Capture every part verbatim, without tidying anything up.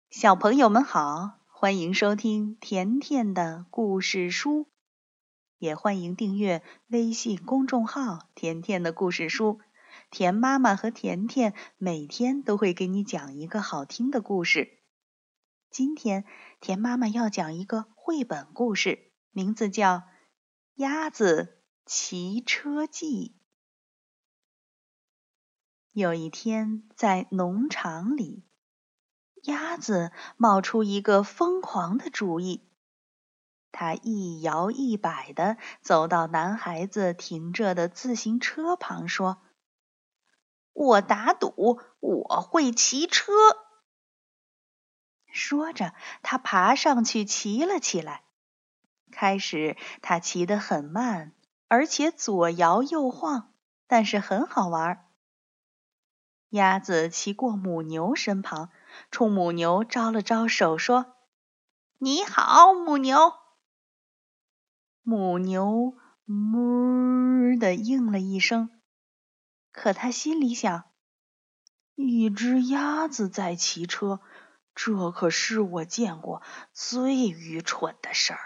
小朋友们好，欢迎收听甜甜的故事书，也欢迎订阅微信公众号甜甜的故事书。甜妈妈和甜甜每天都会给你讲一个好听的故事。今天甜妈妈要讲一个绘本故事，名字叫《鸭子骑车记》。有一天在农场里，鸭子冒出一个疯狂的主意，它一摇一摆地走到男孩子停着的自行车旁，说：“我打赌我会骑车。”说着，他爬上去骑了起来。开始，他骑得很慢，而且左摇右晃，但是很好玩。鸭子骑过母牛身旁，冲母牛招了招手，说：“你好，母牛。”母牛哞地应了一声，可他心里想：一只鸭子在骑车，这可是我见过最愚蠢的事儿。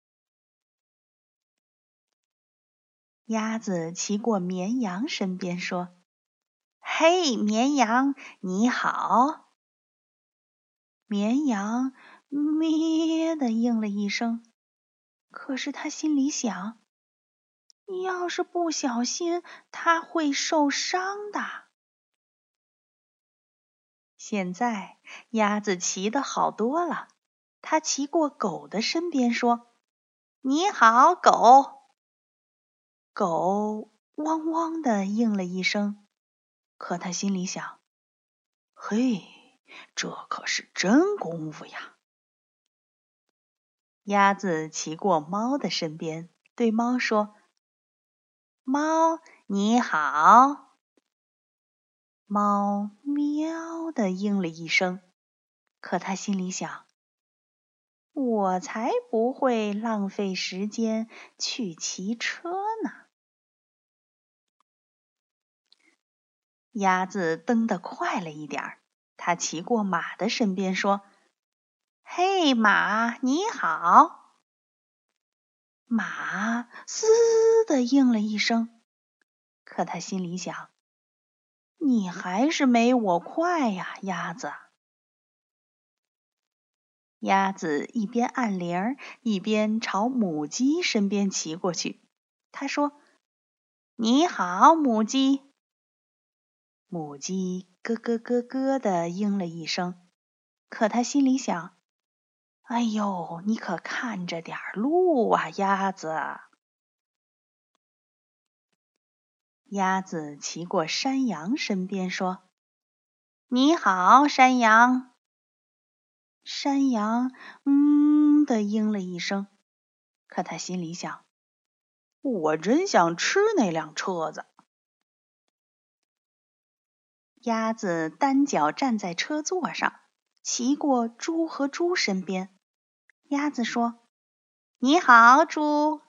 鸭子骑过绵羊身边，说：“嘿，绵羊，你好。”绵羊咩地应了一声，可是他心里想，要是不小心，他会受伤的。现在鸭子骑得好多了，它骑过狗的身边，说：“你好，狗。”狗汪汪地应了一声，可他心里想，嘿，这可是真功夫呀。鸭子骑过猫的身边，对猫说：“猫，你好。”猫喵地应了一声，可他心里想，我才不会浪费时间去骑车呢。鸭子蹬得快了一点儿，它骑过马的身边，说：“嘿，马，你好。”马嘶地应了一声，可他心里想，你还是没我快呀，鸭子。鸭子一边按铃儿，一边朝母鸡身边骑过去。他说：“你好，母鸡。”母鸡咯咯咯咯地应了一声，可他心里想，哎呦，你可看着点路啊，鸭子。鸭子骑过山羊身边，说：“你好，山羊。”山羊嗯地应了一声，可他心里想，我真想吃那辆车子。鸭子单脚站在车座上，骑过猪和猪身边。鸭子说：“你好，猪。”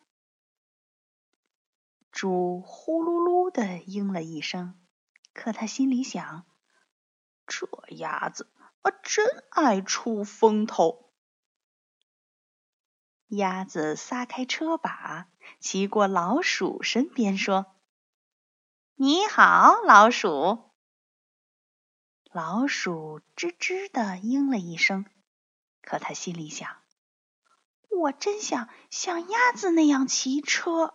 猪呼噜噜地应了一声，可他心里想，这鸭子啊，真爱出风头。鸭子撒开车把，骑过老鼠身边，说：“你好，老鼠。”老鼠吱吱地应了一声，可他心里想，我真想像鸭子那样骑车。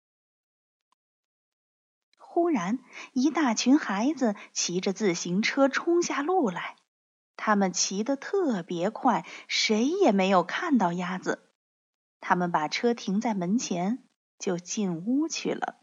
忽然，一大群孩子骑着自行车冲下路来，他们骑得特别快，谁也没有看到鸭子。他们把车停在门前，就进屋去了。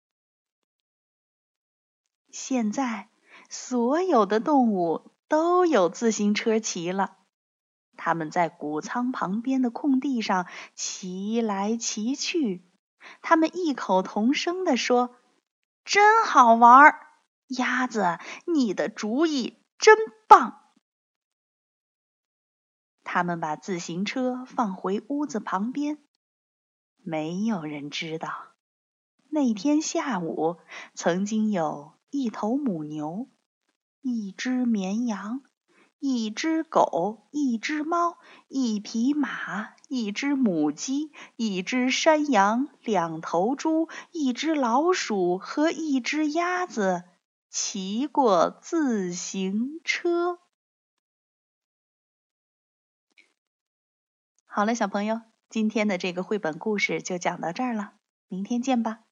现在，所有的动物都有自行车骑了。他们在谷仓旁边的空地上骑来骑去，他们异口同声地说：“真好玩，鸭子，你的主意真棒。”他们把自行车放回屋子旁边。没有人知道，那天下午曾经有一头母牛，一只绵羊， 一只狗，一只猫，一匹马，一只母鸡，一只山羊，两头猪，一只老鼠和一只鸭子骑过自行车。好了，小朋友，今天的这个绘本故事就讲到这儿了，明天见吧。